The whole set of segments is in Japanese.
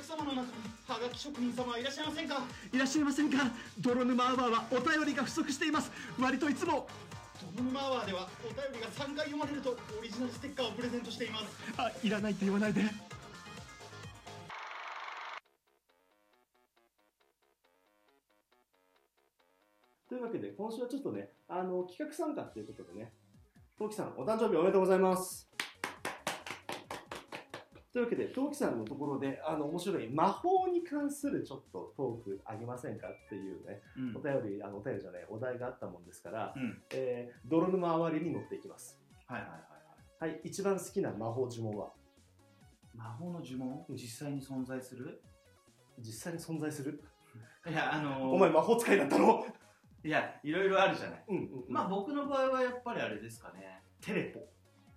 様の中にはがき職人様はいらっしゃいませんか？ いらっしゃいませんか？泥沼アワーはお便りが不足しています。割といつもドムマアワーではお便りが3回読まれるとオリジナルステッカーをプレゼントしています。 いらないって言わないで。というわけで今週はちょっとね企画参加っていうことでね、トウキさんお誕生日おめでとうございます。というわけで、トウキさんのところで、面白い魔法に関するちょっとトークあげませんかっていうね、お便りじゃない、お題があったもんですから、泥沼あわりに乗っていきます。はいはいはいはい。はい、一番好きな魔法呪文は？ 魔法の呪文？実際に存在する？ 実際に存在する？ いや、 お前魔法使いだったの？ いや、いろいろあるじゃない。まあ僕の場合はやっぱりあれですかね。テレポ。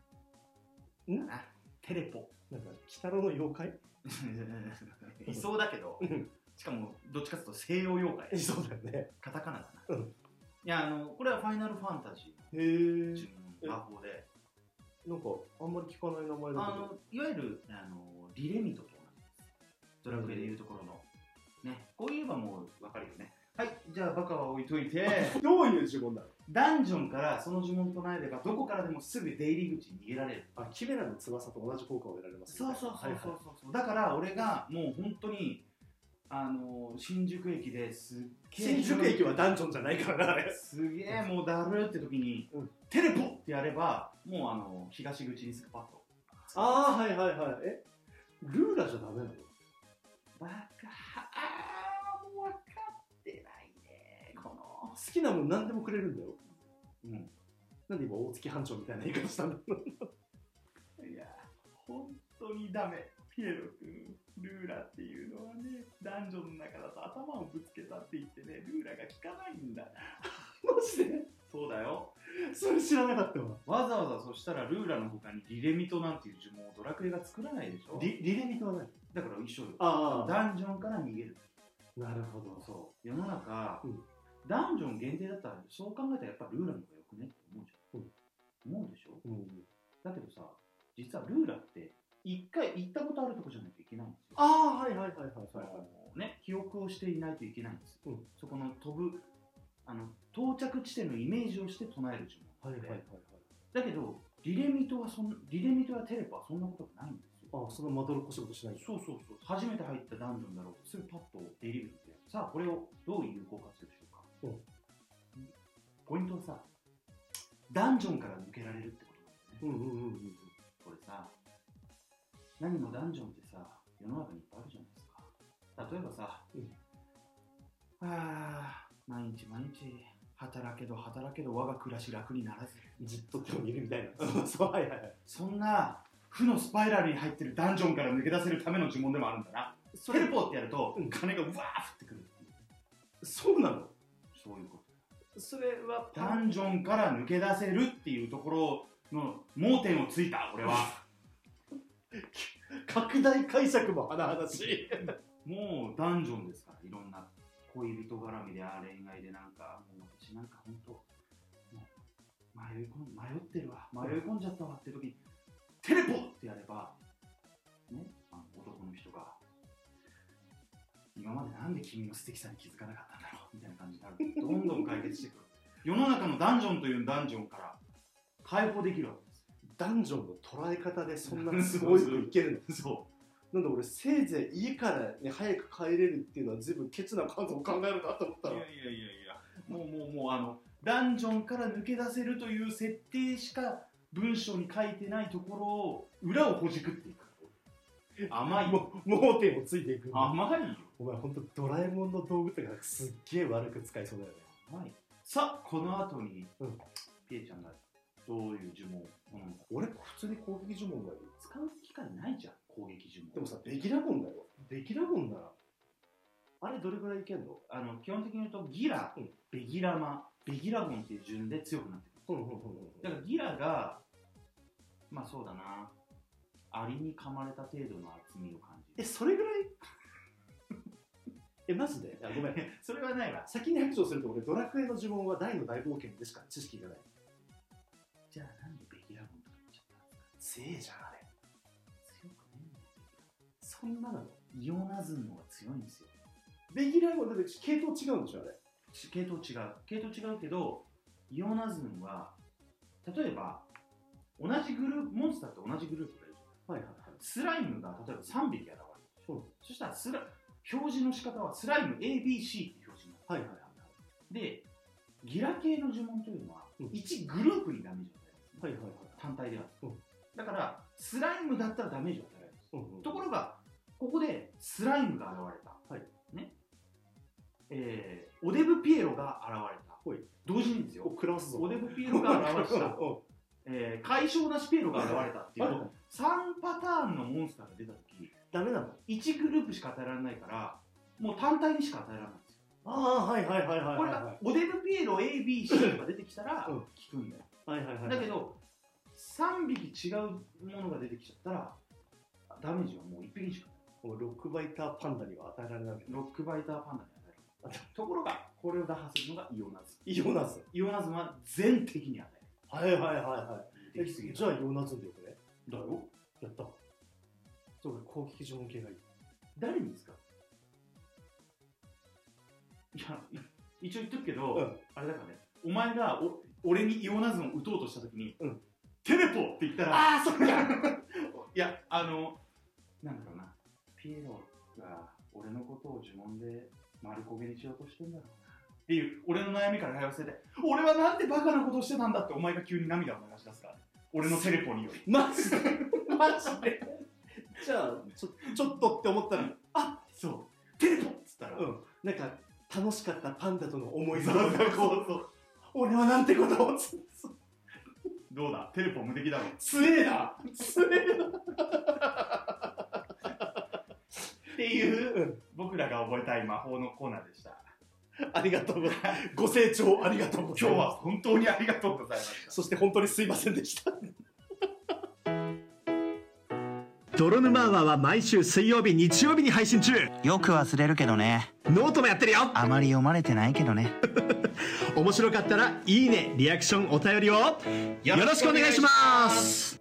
テレポ。 なんか、鬼太郎の妖怪いそうだけど、しかも、どっちかというと西洋妖怪。 そうだよね。 カタカナだな。いや、これはファイナルファンタジーの呪文、魔法で。 なんか、あんまり聞かない名前だけど。 いわゆる、リレミトと同じです。ドラクエでいうところの。ね。こう言えばもうわかるよね。はい、じゃあバカは置いといてどういう呪文だろう？ ダンジョンからその呪文唱えればどこからでもすぐ出入り口に逃げられる。 キメラの翼と同じ効果を得られます。 そうだから俺がもう本当に新宿駅ですっげえ、 新宿駅はダンジョンじゃないからなあれ。 すげえもうだるって時に、テレポってやればもう東口にすぐパッと。 はいはいはい。ルーラじゃダメなの？ バカもう分かってないね。この好きなもん何でもくれるんだよ。なんで今大月班長みたいな言い方したんだいや本当にダメ。ピエロ君、ルーラっていうのはね、ダンジョンの中だと頭をぶつけたって言ってね、ルーラが効かないんだ。 マジで？ そうだよ。 それ知らなかったわ。 わざわざそしたらルーラの他にリレミトなんていう呪文をドラクエが作らないでしょ。 リレミトは何？ だから一緒よ。ダンジョンから逃げる。 なるほど。 そう。世の中、ダンジョン限定だったらそう考えたらやっぱルーラの方がよくねって思うじゃん。思うでしょ。だけどさ、実はルーラって一回行ったことあるとこじゃないといけないんですよ。 はいはいはいはいね、記憶をしていないといけないんです。そこの飛ぶ到着地点のイメージをして唱える呪文。だけどリレミトやテレポはそんなことがないんですよ。 そのまどろっこしいことしない。 そう初めて入ったダンジョンだろうとすぐパッと出入り口で、さあこれをどう有効活用しようか。ポイントはさ、ダンジョンから抜けられるってことなんだよね。これさ、何もダンジョンってさ、世の中にいっぱいあるじゃないですか。例えばさ、毎日働けど我が暮らし楽にならず、 じっと手を見るみたいな。 そんな負のスパイラルに入ってるダンジョンから抜け出せるための呪文でもあるんだな。テレポってやると金がうわー降ってくるっていう。 そうなの？ そういうこと。 それはダンジョンから抜け出せるっていうところの盲点をついた俺は。 拡大解釈も甚だしい。 もうダンジョンですから、いろんな恋人絡みで恋愛でなんか、もう私なんか本当迷ってるわ、迷い込んじゃったわって時にテレポってやればね、男の人が今までなんで君の素敵さに気づかなかったんだろうみたいな感じになる。どんどん解決してくる。世の中のダンジョンというダンジョンから解放できるわけです。 ダンジョンの捉え方でそんなすごいこといけるの？そうなんで俺せいぜい家からね早く帰れるっていうのは随分ケチな感想を考えるなと思ったら、 いやもうダンジョンから抜け出せるという設定しか文章に書いてないところを裏をほじくっていく。甘い。 盲点をついていく。 甘いよ。 お前ほんとドラえもんの道具とかすっげえ悪く使いそうだよね。 甘い。さあこの後に、ピエちゃんがどういう呪文を好んだ？ 俺普通に攻撃呪文がいい。 使う機会ないじゃん、攻撃呪文。 でもさ、ベギラゴンだよ。ベギラゴンならあれどれぐらいいけんの？ 基本的に言うとギラ、ベギラマ、ベギラゴンっていう順で強くなってくる。だからギラがまあそうだな、アリに噛まれた程度の厚みを感じる。 それぐらいマジで？ごめんそれはないわ。 先に白状すると俺ドラクエの呪文は大の大冒険でしか知識がない。 じゃあなんでベギラゴンとか言っちゃったんですか？ 強えじゃんあれ。 強くねえんだよ。 そんなのイオナズンの方が強いんですよ。 ベギラはだって系統違うんでしょあれ。 系統違うけど、イオナズンは例えば同じグループ、モンスターと同じグループがいるじゃん。はいはいはい。スライムが例えば3匹現れる。そしたら表示の仕方はスライム ABC って表示になる。はいはいはい。で、ギラ系の呪文というのは1グループにダメージを与えるんですね。はいはいはい。単体では。だからスライムだったらダメージを与えられるんです。ところがここでスライムが現れた。はい。ね。オデブピエロが現れた。はい。同時にですよ。オデブピエロが現れた。解消なしピエロが現れたっていう3パターンのモンスターが出たとき、ダメなの。1グループしか与えられないから、もう単体にしか与えられないんですよ。ああ、はいはいはいはい。これがオデブピエロ ABC が出てきたら効くんだよ。はいはいはい。だけど、3匹違うものが出てきちゃったら、ダメージはもう1匹しかない。ロックバイターパンダには与えられないわけ。ロックバイターパンダに与えられない。ところが、これを打破するのがイオナズン。イオナズン。イオナズンは全敵に与える。はいはいはいはい。じゃあイオナズンでよくね。だよ。やった。そうか、攻撃呪文系がいい。誰に使う？いや、一応言っとくけど、あれだからね、お前が俺にイオナズンを撃とうとしたときに、テレポって言ったら、ああ、そっかいや、なんだろうな、ピエロが俺のことを呪文で丸焦げにしようとしてんだろうなっていう、俺の悩みから会話せて、俺はなんてバカなことをしてたんだってお前が急に涙を流し出すから、俺のテレポにより。マジでマジでじゃあちょっとって思ったら、あ、そうテレポっつったら、なんか楽しかったパンダとの思い出がこう、俺はなんてことをどうだ、テレポ無敵だろ。強えなっていう、僕らが覚えたい魔法のコーナーでした。ありがとうございます。ご清聴ありがとうございます。今日は本当にありがとうございました。そして本当にすいませんでした泥沼アワーは毎週水曜日日曜日に配信中。 よく忘れるけどね。 ノートもやってるよ。 あまり読まれてないけどね面白かったらいいね、リアクション、お便りをよろしくお願いします。